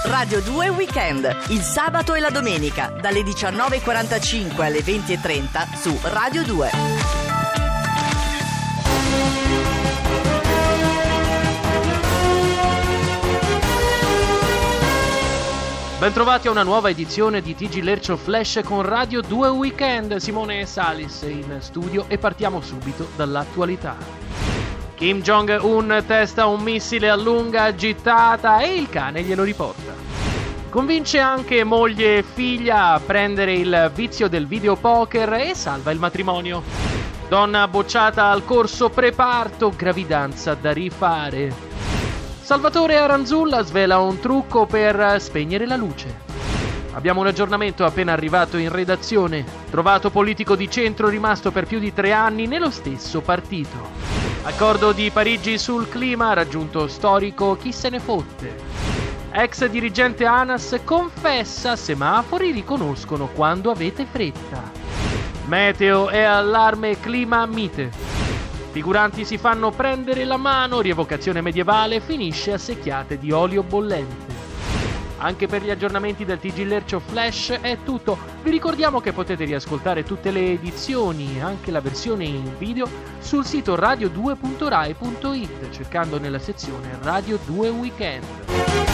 Radio 2 Weekend, il sabato e la domenica, dalle 19.45 alle 20.30 su Radio 2. Bentrovati a una nuova edizione di TG Lercio Flash con Radio 2 Weekend. Simone Salis in studio e partiamo subito dall'attualità. Kim Jong-un testa un missile a lunga gittata e il cane glielo riporta. Convince anche moglie e figlia a prendere il vizio del videopoker e salva il matrimonio. Donna bocciata al corso preparto, gravidanza da rifare. Salvatore Aranzulla svela un trucco per spegnere la luce. Abbiamo un aggiornamento appena arrivato in redazione. Trovato politico di centro rimasto per più di 3 anni nello stesso partito. Accordo di Parigi sul clima, raggiunto storico, chi se ne fotte. Ex dirigente ANAS confessa semafori riconoscono quando avete fretta. Meteo e allarme clima mite. Figuranti si fanno prendere la mano, rievocazione medievale finisce a secchiate di olio bollente. Anche per gli aggiornamenti del TG Lercio Flash è tutto. Vi ricordiamo che potete riascoltare tutte le edizioni, anche la versione in video, sul sito radio2.rai.it cercando nella sezione Radio 2 Weekend.